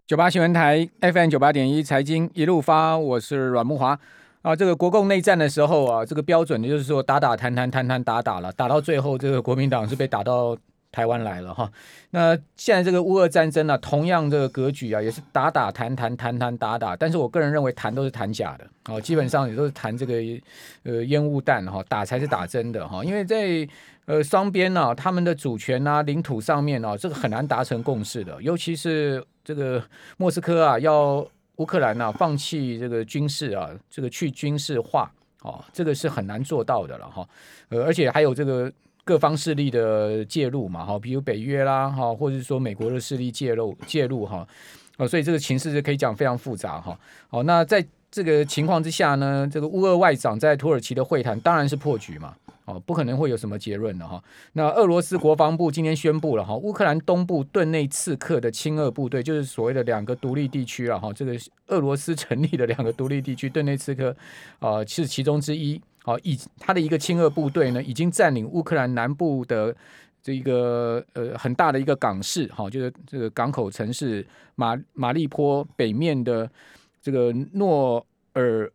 98新闻台 FM98.1财经一路发，我是阮慕骅啊。这个国共内战的时候啊，这个标准的就是说打打谈谈谈谈打打了，打到最后这个国民党是被打到台湾来了哈。那现在这个乌俄战争啊，同样这个格局啊，也是打打谈谈谈谈打打，但是我个人认为谈都是谈假的哦，基本上也都是谈这个烟雾弹哈，打才是打真的哈，因为在双边啊，他们的主权啊、领土上面啊，这个很难达成共识的，尤其是这个莫斯科啊，要乌克兰啊放弃这个军事啊，这个去军事化哦，这个是很难做到的了哈。而且还有这个各方势力的介入嘛，哈，比如北约啦，哈，或者是说美国的势力介入哈，所以这个情势是可以讲非常复杂哈。好，那在这个情况之下呢，这个乌俄外长在土耳其的会谈当然是破局嘛。不可能会有什么结论了哈。那俄罗斯国防部今天宣布了哈，乌克兰东部顿内刺客的亲俄部队，就是所谓的两个独立地区了哈。这个俄罗斯成立的两个独立地区，顿内刺客是其中之一。他的一个亲俄部队呢，已经占领乌克兰南部的这个很大的一个港市哈，就是这个港口城市马利坡北面的这个沃尔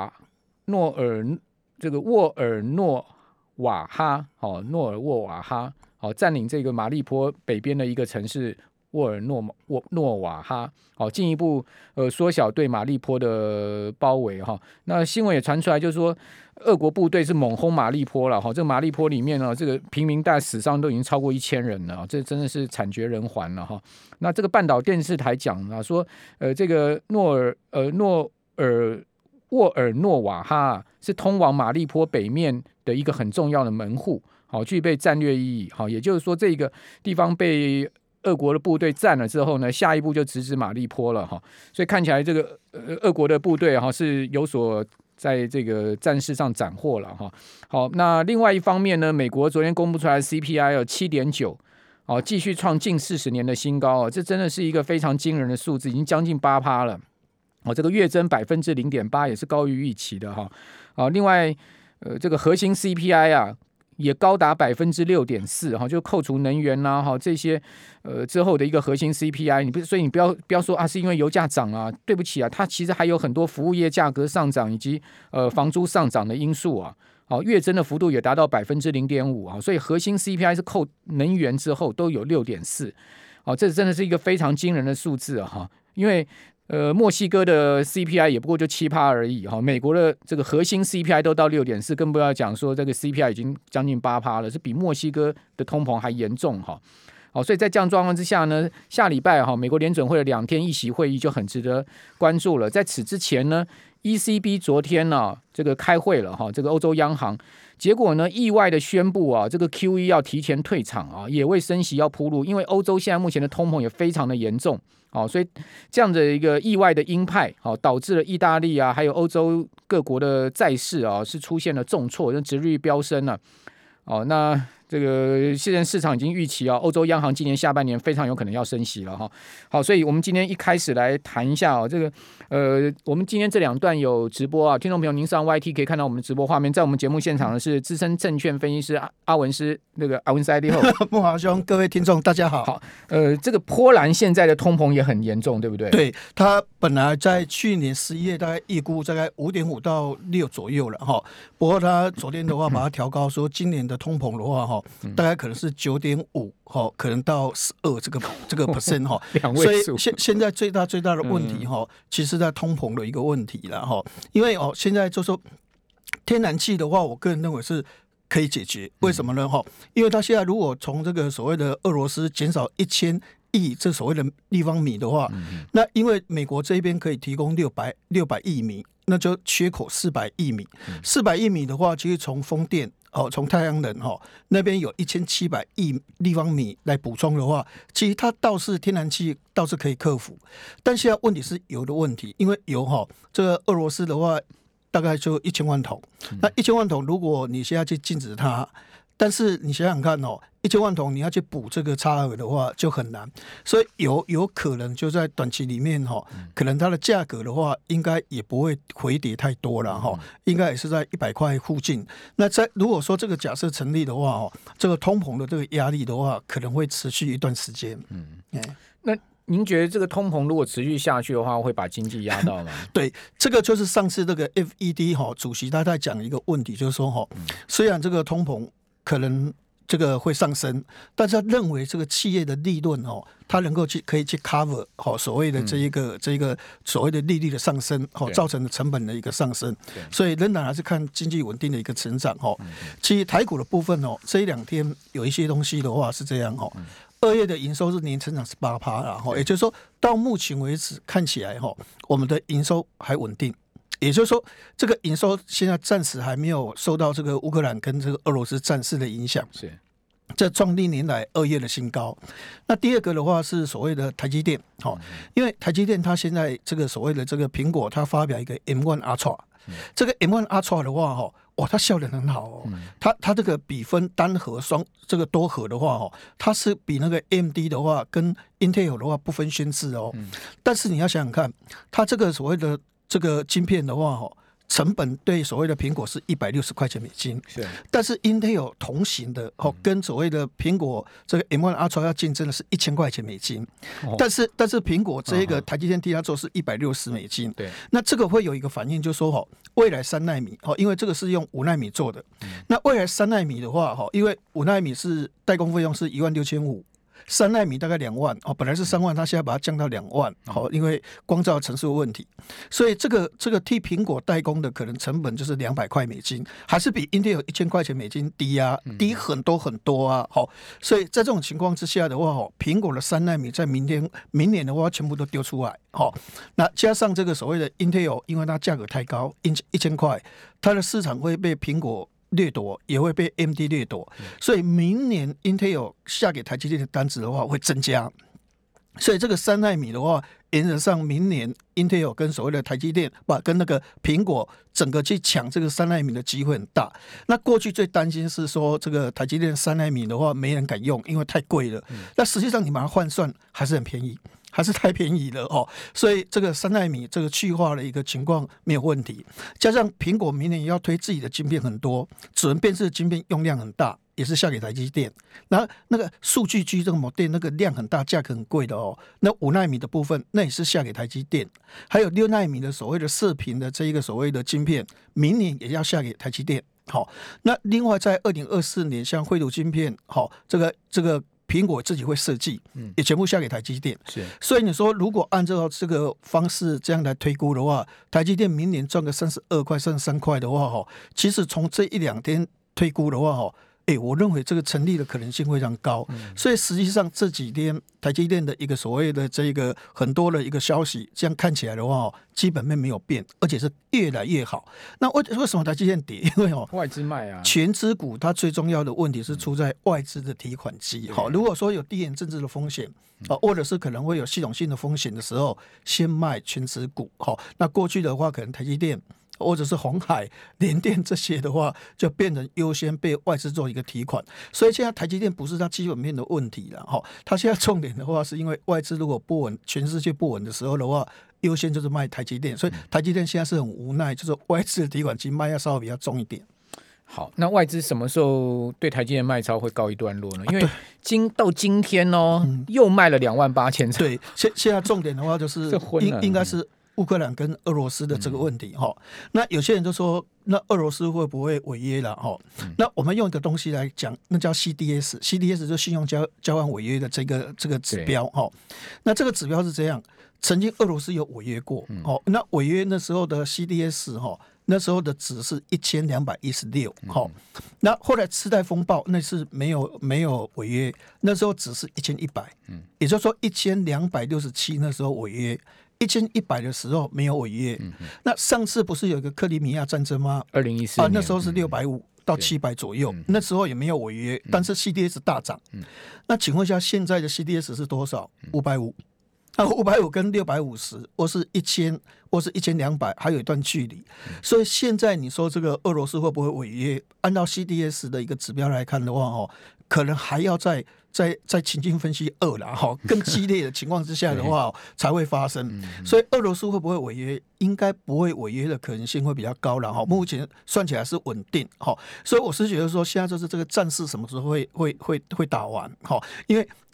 诺瓦哈，诺尔沃瓦哈，占领这个马利坡北边的一个城市沃尔诺瓦哈，进一步缩小对马利坡的包围哈。那新闻也传出来，就是说俄国部队是猛轰马利坡了哈。这个马利坡里面呢，这个平民大概死伤都已经超过1000人了，这真的是惨绝人寰了哈。那这个半岛电视台讲了说，这个沃尔诺瓦哈是通往马利坡北面的一个很重要的门户，具备战略意义。也就是说，这个地方被俄国的部队占了之后呢，下一步就直指马利坡了。所以看起来这个俄国的部队是有所在这个战事上斩获了。好，那另外一方面呢，美国昨天公布出来的 CPI 有 7.9。继续创近40年的新高，这真的是一个非常惊人的数字，已经将近8%了。这个月增0.8%也是高于预期的哈。另外，这个核心 CPI 啊也高达6.4%哈，就扣除能源啦哈这些之后的一个核心 CPI， 所以你不要说啊是因为油价涨啊，对不起啊，它其实还有很多服务业价格上涨以及房租上涨的因素啊。月增的幅度也达到0.5%啊，所以核心 CPI 是扣能源之后都有6.4%，这真的是一个非常惊人的数字啊！因为墨西哥的 CPI 也不过就7%而已哈，美国的这个核心 CPI 都到6.4%，更不要讲说这个 CPI 已经将近8%了，是比墨西哥的通膨还严重哈。所以在这样状况之下呢，下礼拜美国联准会的2天议息会议就很值得关注了。在此之前呢，ECB 昨天呢这个开会了哈，这个欧洲央行，结果呢意外的宣布啊，这个 QE 要提前退场啊，也为升息要铺路，因为欧洲现在目前的通膨也非常的严重。所以这样的一个意外的鹰派，导致了意大利啊，还有欧洲各国的债市啊，是出现了重挫，殖利率飙升了。那这个现在市场已经预期欧洲央行今年下半年非常有可能要升息了哈。好，所以我们今天一开始来谈一下这个我们今天这2段有直播啊，听众朋友您上 YT 可以看到我们的直播画面，在我们节目现场的是资深证券分析师阿文师，那个阿文师 ID 后， 慕骅兄，各位听众大家好。 好，这个波兰现在的通膨也很严重，对不对？ 对，它本来在去年11月大概预估大概5.5到6左右了哈，不过它昨天的话把它调高，说今年的通膨的话哈，大概可能是9.5哈，可能到12这个 percent 哈，所以现在最大的问题哈，其实在通膨的一个问题了哈，因为现在就说天然气的话，我个人认为是可以解决，为什么呢哈？因为它现在如果从这个所谓的俄罗斯减少1000亿这所谓的立方米的话，那因为美国这边可以提供600亿米，那就缺口400亿米。400亿米的话，其实从风电从太阳能那边有1700亿立方米来补充的话，其实它倒是天然气倒是可以克服，但现在问题是油的问题，因为油这个俄罗斯的话大概就1000万桶，那1000万桶如果你现在去禁止它，但是你想想看1000万桶你要去补这个差额的话就很难，所以有可能就在短期里面可能它的价格的话应该也不会回跌太多了应该也是在100块附近。那如果说这个假设成立的话这个通膨的这个压力的话可能会持续一段时间。 那您觉得这个通膨如果持续下去的话，会把经济压到吗？ 对，这个就是上次这个 FED 主席他在讲一个问题，就是说虽然这个通膨可能这个会上升，但是他认为这个企业的利润它能够可以去 cover 所谓的这一个所谓的利率的上升造成的成本的一个上升，所以仍然还是看经济稳定的一个成长其实台股的部分这一两天有一些东西的话是这样2月的营收是年成长18%啦也就是说到目前为止看起来我们的营收还稳定。也就是说，这个营收现在暂时还没有受到这个乌克兰跟这个俄罗斯战事的影响， 是这创历年来2月的新高。那第二个的话是所谓的台积电，因为台积电它现在这个所谓的这个苹果，它发表一个 M1 Ultra，这个 M1 Ultra 的话它效能很好它这个比分单核这个多核的话它是比那个 AMD 的话跟 Intel 的话不分轩轾但是你要想想看，它这个所谓的这个晶片的话成本对所谓的苹果是160块钱美金，但是 Intel 同型的跟所谓的苹果这个 M1 Ultra 要竞争的是1000块钱美金，但是苹果这个台积电替它做是160美金， 对， 那这个会有一个反应，就是说未来3奈米因为这个是用5奈米做的，那未来3奈米的话因为5奈米是代工费用是16500。3奈米大概2万本来是3万，他现在把它降到2万因为光照层数问题，所以这个替苹果代工的可能成本就是200块美金，还是比 Intel 1000块钱美金低低很多很多所以在这种情况之下的话苹果的3奈米在明年的话全部都丢出来那加上这个所谓的 Intel， 因为它价格太高1000块，它的市场会被苹果掠夺，也会被 AMD 掠夺，所以明年 Intel 下给台积电的单子的话会增加，所以这个3奈米的话，原则上明年 Intel 跟所谓的台积电跟那个苹果整个去抢这个3奈米的机会很大。那过去最担心是说这个台积电3奈米的话没人敢用，因为太贵了，那实际上你把它换算还是很便宜，还是太便宜了所以这个3奈米这个去化的一个情况没有问题，加上苹果明年也要推自己的晶片很多，指纹辨识的晶片用量很大，也是下给台积电。然后那个数据居这个模电那个量很大，价格很贵的那5奈米的部分那也是下给台积电，还有6奈米的所谓的射频的这一个所谓的晶片，明年也要下给台积电。那另外在2024年像绘图晶片这个苹果自己会设计，也全部下给台积电。所以你说如果按照这个方式这样来推估的话，台积电明年赚个32块33块的话其实从这1-2天推估的话我认为这个成立的可能性非常高，所以实际上这几天台积电的一个所谓的这个很多的一个消息，这样看起来的话基本面没有变，而且是越来越好。那为什么台积电跌？因为外资卖全资股它最重要的问题是出在外资的提款机如果说有地缘政治的风险或者是可能会有系统性的风险的时候，先卖全资股那过去的话可能台积电或者是鸿海、联电这些的话，就变成优先被外资做一个提款。所以现在台积电不是它基本面的问题了它现在重点的话是因为外资如果不稳，全世界不稳的时候的话，优先就是卖台积电。所以台积电现在是很无奈，就是外资的提款机卖要稍微比较重一点。 好，那外资什么时候对台积电卖超会告一段落呢？因为到今天又卖了28000张。 对，现在重点的话就是应该是乌克兰跟俄罗斯的这个问题那有些人就说那俄罗斯会不会违约了那我们用一个东西来讲，那叫 CDS 就是信用交换违约的这个指标那这个指标是这样，曾经俄罗斯有违约过那违约那时候的 CDS那时候的值是1216那后来次贷风暴那是没有违约，那时候值是1100也就是说1267那时候违约，1100的时候没有违约那上次不是有一个克里米亚战争吗 ？2014年那时候是650到700左右那时候也没有违约但是 CDS 大涨那请问一下现在的 CDS 是多少？550那550跟650或是1000或是1200还有一段距离，所以现在你说这个俄罗斯会不会违约？按照 CDS 的一个指标来看的话可能还要在情境分析2啦更激烈的情况之下的话才会发生。所以俄罗斯会不会违约？应该不会违约的可能性会比较高了目前算起来是稳定所以我是觉得说现在就是这个战事什么时候会打完因为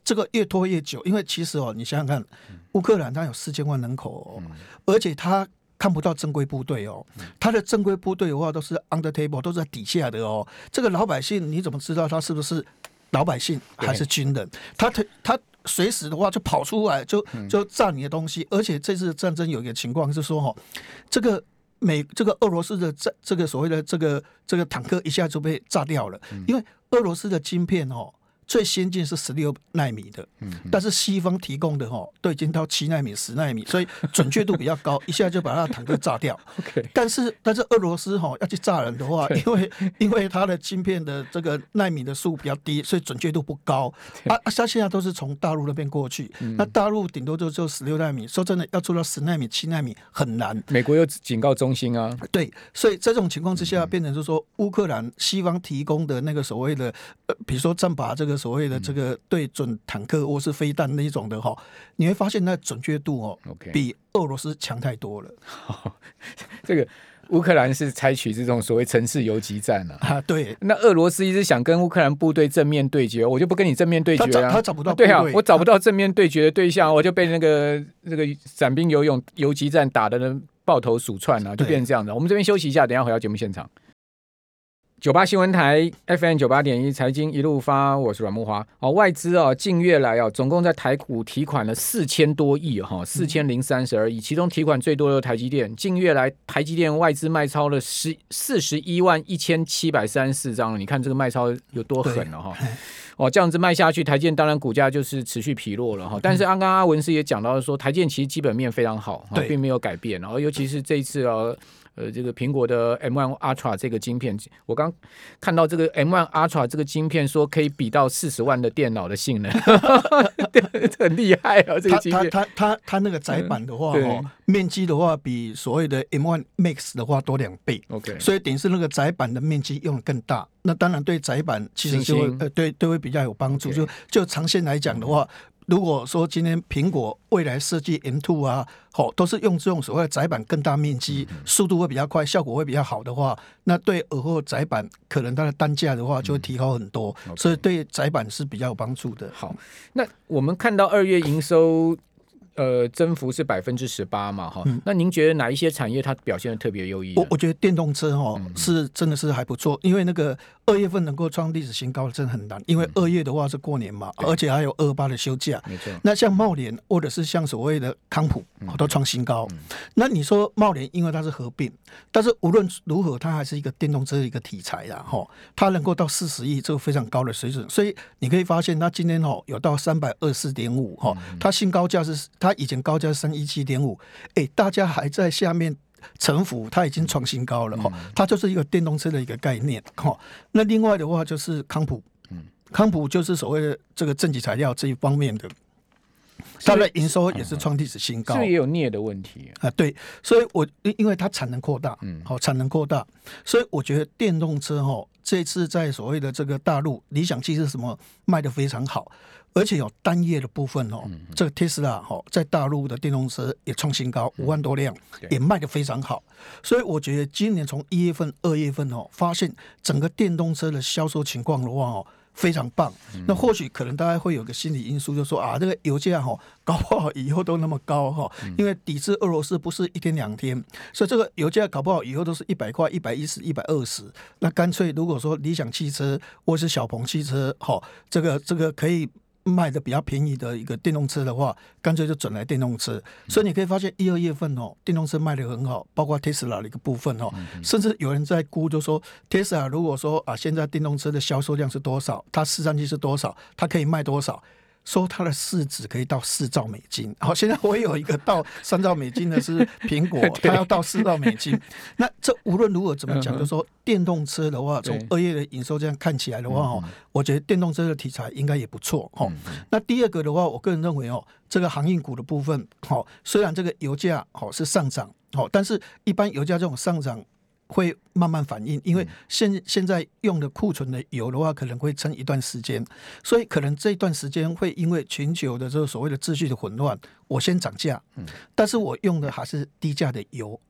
这个越拖越久，因为其实你想想看，乌克兰它有4000万人口而且它看不到正规部队他的正规部队的话都是 under table， 都是在底下的这个老百姓你怎么知道他是不是老百姓还是军人？他随时的话就跑出来就炸你的东西。而且这次战争有一个情况是说这个俄罗斯的这个所谓的这个坦克一下就被炸掉了，因为俄罗斯的晶片最先进是16奈米的，但是西方提供的都已经到7奈米、10奈米，所以准确度比较高，一下就把它的坦克炸掉。但是俄罗斯要去炸人的话，因为它的晶片的这个奈米的数比较低，所以准确度不高。它现在都是从大陆那边过去，那大陆顶多就16奈米，说真的要做到10奈米、7奈米很难。 美国有警告中心啊， 对，所以在这种情况之下，变成就是说乌克兰西方提供的那个所谓的比如说战靶这个所谓的这个对准坦克或是飞弹那一种的你会发现那准确度比俄罗斯强太多了。 这个乌克兰是采取这种所谓城市游击战对。 那俄罗斯一直想跟乌克兰部队正面对决，我就不跟你正面对决他找不到部队。 对我找不到正面对决的对象，我就被那个伞兵游击战打的抱头鼠窜就变成这样的。我们这边休息一下，等一下回到节目现场。98新闻台 FM 98.1财经一路发，我是阮慕骅。外资近月来总共在台股提款了4000多亿4032亿，其中提款最多的台积电，近月来台积电外资卖超了411734张了，你看这个卖超有多狠了这样子卖下去，台积电当然股价就是持续疲弱了但是刚刚阿文师也讲到说，台积电其实基本面非常好并没有改变，然后尤其是这一次这个苹果的 M1 Ultra 这个晶片，我刚看到这个 M1 Ultra 这个晶片说可以比到40万的电脑的性能很厉害这个晶片它那个载板的话面积的话比所谓的 M1 Max 的话多2倍所以等于是那个载板的面积用得更大，那当然对载板其实就会对会比较有帮助就长线来讲的话如果说今天苹果未来设计 M2 都是用这种所谓的载板更大面积速度会比较快，效果会比较好的话，那对尔后载板可能它的单价的话就会提高很多所以对载板是比较有帮助的。 好，那我们看到2月营收增幅是18%嘛那您觉得哪一些产业它表现的特别优异？ 我觉得电动车是真的是还不错，因为那个2月份能够创历史新高真的很难，因为2月的话是过年嘛而且还有28的休假， 没错。 那像茂联或者是像所谓的康普都创新高那你说茂联因为它是合并，但是无论如何它还是一个电动车的一个题材它能够到40亿这个非常高的水准，所以你可以发现它今天有到324.5它新高价是它以前高价是317.5大家还在下面城府，它已经创新高了它就是一个电动车的一个概念那另外的话就是康普康普就是所谓的这个正极材料这一方面的，它的营收也是创历史新高， 是不是也有镍的问题对，所以因为它产能扩大产能扩大，所以我觉得电动车这次在所谓的这个大陆理想汽车什么卖得非常好，而且有单业的部分这个 Tesla 在大陆的电动车也创新高5万多辆也卖得非常好，所以我觉得今年从1月份2月份发现整个电动车的销售情况的话非常棒那或许可能大家会有个心理因素就是说这个油价搞不好以后都那么高因为抵制俄罗斯不是1天2天，所以这个油价搞不好以后都是100块110 120，那干脆如果说理想汽车或是小鹏汽车这个可以卖的比较便宜的一个电动车的话，干脆就转来电动车所以你可以发现1、2月份电动车卖得很好，包括 Tesla 的一个部分甚至有人在估就说 Tesla 如果说现在电动车的销售量是多少，它市占率是多少，它可以卖多少，说它的市值可以到4兆美金现在我有一个到3兆美金的是苹果它要到4兆美金那这无论如何怎么讲就是说电动车的话从2月的营收这样看起来的话我觉得电动车的题材应该也不错那第二个的话我个人认为这个航运股的部分虽然这个油价是上涨但是一般油价这种上涨会慢慢反应，因为现在用的库存的油的话可能会撑一段时间，所以可能这一段时间会因为全球的这个所谓的秩序的混乱我先涨价但是我用的还是低价的油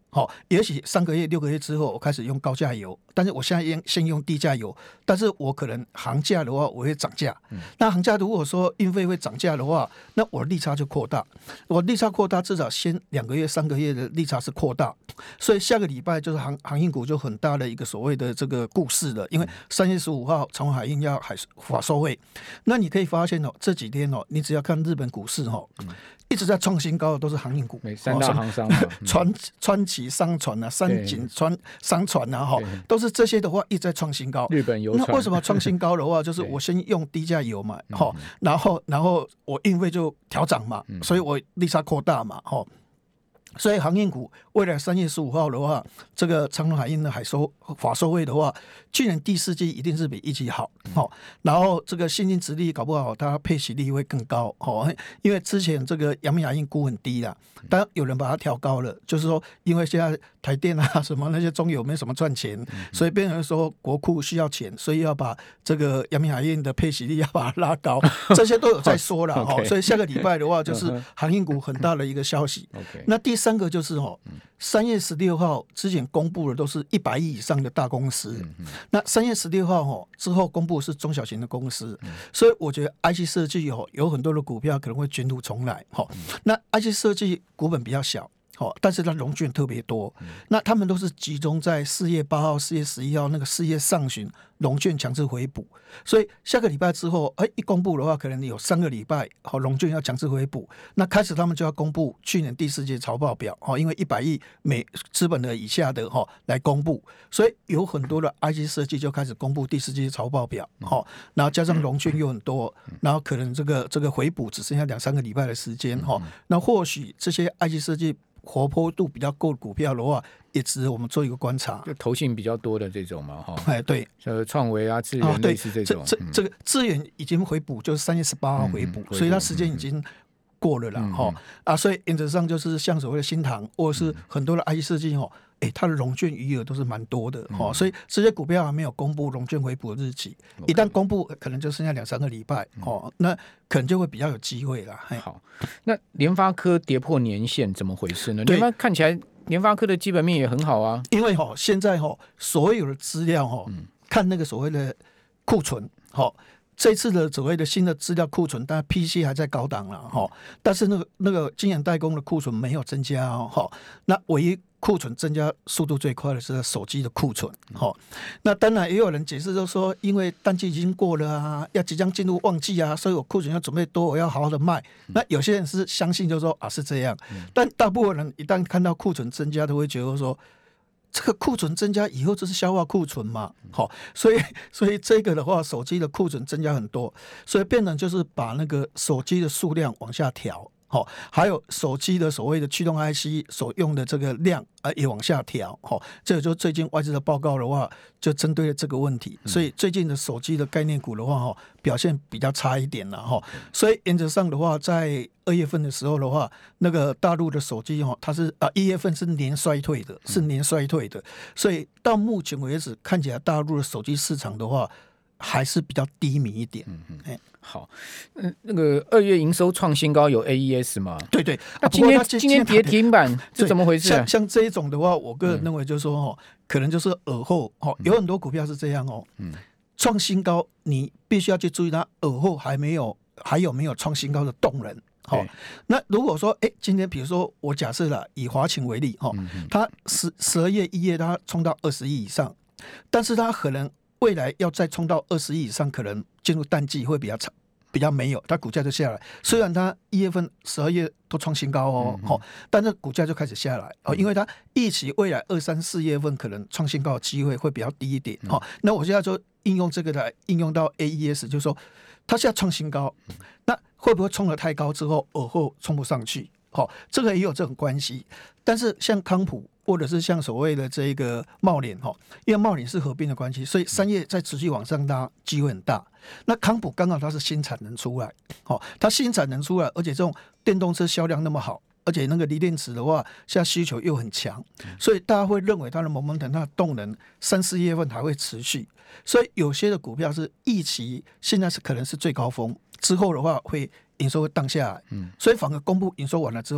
也许3个月、6个月之后，我开始用高价油，但是我现在先用低价油，但是我可能行价的话，我会涨价。那行价如果说运费会涨价的话，那我的利差就扩大。我利差扩大，至少先2个月、3个月的利差是扩大。所以下个礼拜就是航运股就很大的一个所谓的这个故事了，因为3月15号长荣海运要法收会，那你可以发现这几天你只要看日本股市一直在创新高的都是航运股， 三大航商川崎商船啊、三井商船啊，都是这些的话一直在创新高。 日本油船， 那为什么创新高的话，就是我先用低价油嘛，然后我运费就调涨嘛，所以我利差扩大嘛，所以航运股未来3月15号的话，这个长荣海运的法收会的话，去年第4季一定是比1季好，然后这个现金殖利率搞不好它配息率会更高，因为之前这个阳明海运估很低啦，当然有人把它调高了，就是说因为现在台电啊什么那些中油没什么赚钱，所以变成说国库需要钱，所以要把这个阳明海运的配息率要把它拉高，这些都有在说了所以下个礼拜的话就是航运股很大的一个消息。那第3个就是3月16号之前公布的都是100亿以上的大公司，那3月16号之后公布的是中小型的公司，所以我觉得 IC 设计有很多的股票可能会卷土重来。那 IC 设计股本比较小，但是它融券特别多，那他们都是集中在4月8号、4月11号那个4月上旬融券强制回补，所以下个礼拜之后，一公布的话，可能有3个礼拜融券要强制回补，那开始他们就要公布去年第4季财报表，因为100亿美资本的以下的来公布，所以有很多的 IC 设计就开始公布第4季财报表，然后加上融券又很多，然后可能这个回补只剩下2-3个礼拜的时间，那或许这些 IC 设计活泼度比较够的股票的话，也值得我们做一个观察。 就投信比较多的这种嘛， 对， 创维啊、智原类似这种。 这个智原已经回补，就是3月18号回补，所以它时间已经过了啦，所以原则上就是像所谓的新唐或者是很多的 IC 设计它的融券余额都是蛮多的，所以这些股票还没有公布融券回补的日期，一旦公布可能就剩下2-3个礼拜，那可能就会比较有机会啦。 好，那联发科跌破年线怎么回事呢？看起来联发科的基本面也很好啊， 因为现在所有的资料看那个所谓的库存，这次的所谓的新的资料库存，但 PC 还在高档了，但是那个晶圆代工的库存没有增加那唯一库存增加速度最快的是手机的库存，那当然也有人解释就是说，因为淡季已经过了啊，要即将进入旺季啊，所以我库存要准备多，我要好好的卖。那有些人是相信就是说是这样，但大部分人一旦看到库存增加，都会觉得说，这个库存增加以后就是消化库存嘛，所以这个的话，手机的库存增加很多，所以变成就是把那个手机的数量往下调，还有手机的所谓的驱动 IC 所用的这个量也往下调，这个就最近外资的报告的话，就针对了这个问题，所以最近的手机的概念股的话，表现比较差一点了，所以原则上的话，在2月份的时候的话，那个大陆的手机它是1月份是年衰退的，所以到目前为止看起来大陆的手机市场的话还是比较低迷一点。 好，那个2月营收创新高有 AES 吗？ 对对， 今天跌停板是怎么回事像这一种的话，我个人认为就是说可能就是耳后有很多股票是这样创新高你必须要去注意它耳后还有没有创新高的动能。那如果说今天比如说我假设了以华擎为例它12月1月它冲到20亿以上，但是它可能未来要再冲到20亿以上，可能进入淡季会比较长，比较没有，它股价就下来。虽然它1月份、12月都创新高但是股价就开始下来因为它预期未来2、3、4月份可能创新高的机会会比较低一点那我现在就应用这个来应用到 AES， 就是说它现在创新高，那会不会冲得太高之后耳后冲不上去？这个也有这种关系。但是像康普或者是像所谓的这个茂联因为茂联是合并的关系，所以3月再持续往上拉机会很大。那康普刚好它是新产能出来它新产能出来，而且这种电动车销量那么好，而且那个锂电池的话现在需求又很强，所以大家会认为它的momentum它的动能3、4月份还会持续。所以有些的股票是预期现在是可能是最高峰，之后的话会营收会荡下来所以反而公布营收完了之后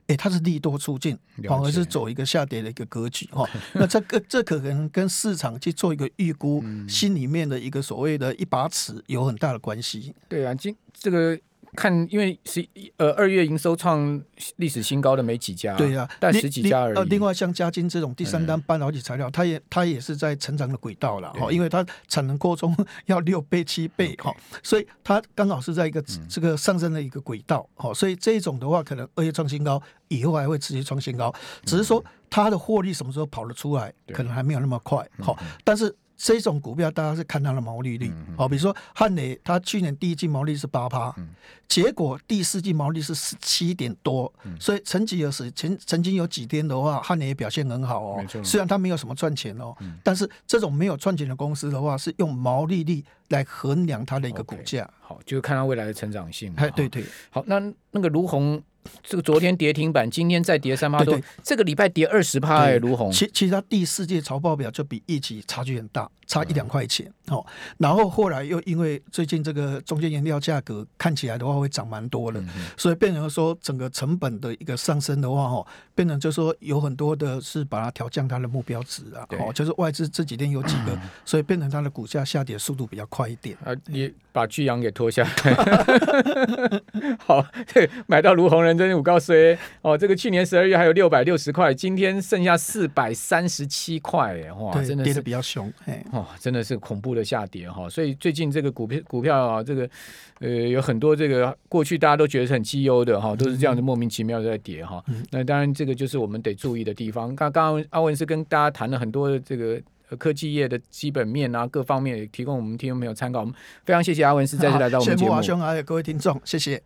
它是利多出尽，反而是走一个下跌的一个格局那这可能跟市场去做一个预估，心里面的一个所谓的一把尺有很大的关系。 对啊，这个看，因为2月营收创历史新高的没几家， 对啊， 但10几家而已。 另外像嘉金这种第三单半导体材料，它也是在成长的轨道了因为它产能扩充要6倍7倍所以它刚好是在一个这个上升的一个轨道所以这种的话，可能2月创新高，以后还会持续创新高，只是说它的获利什么时候跑得出来，可能还没有那么快但是这种股票大家是看它的毛利率比如说汉磊，它去年第一季毛利是 8%结果第4季毛利是17点多所以曾经有几天的话，汉磊也表现很好虽然它没有什么赚钱但是这种没有赚钱的公司的话，是用毛利率来衡量它的一个股价好，就是看它未来的成长性对。 好，那个卢鸿这个昨天跌停板，今天再跌3%多，这个礼拜跌20%卢鸿。 其实它第4季财报表就比预期差距很大，差1-2块钱然后后来又因为最近这个中间原料价格看起来的话会涨蛮多的所以变成说整个成本的一个上升的话变成就是说有很多的是把它调降它的目标值就是外资这几天有几个所以变成它的股价下跌速度比较快一点也把巨阳给拖下来好，买到卢鸿人真是有够衰这个去年12月还有660块，今天剩下437块哇，真的是跌得比较凶真的是恐怖的下跌所以最近这个股票这个有很多这个过去大家都觉得是很绩优的都是这样子莫名其妙的在跌那当然这个就是我们得注意的地方。刚刚阿文是跟大家谈了很多的这个科技业的基本面各方面也提供我们听众朋友参考。我们非常谢谢阿文是再次来到我们节目。 谢谢慕骅兄还有各位听众，谢谢。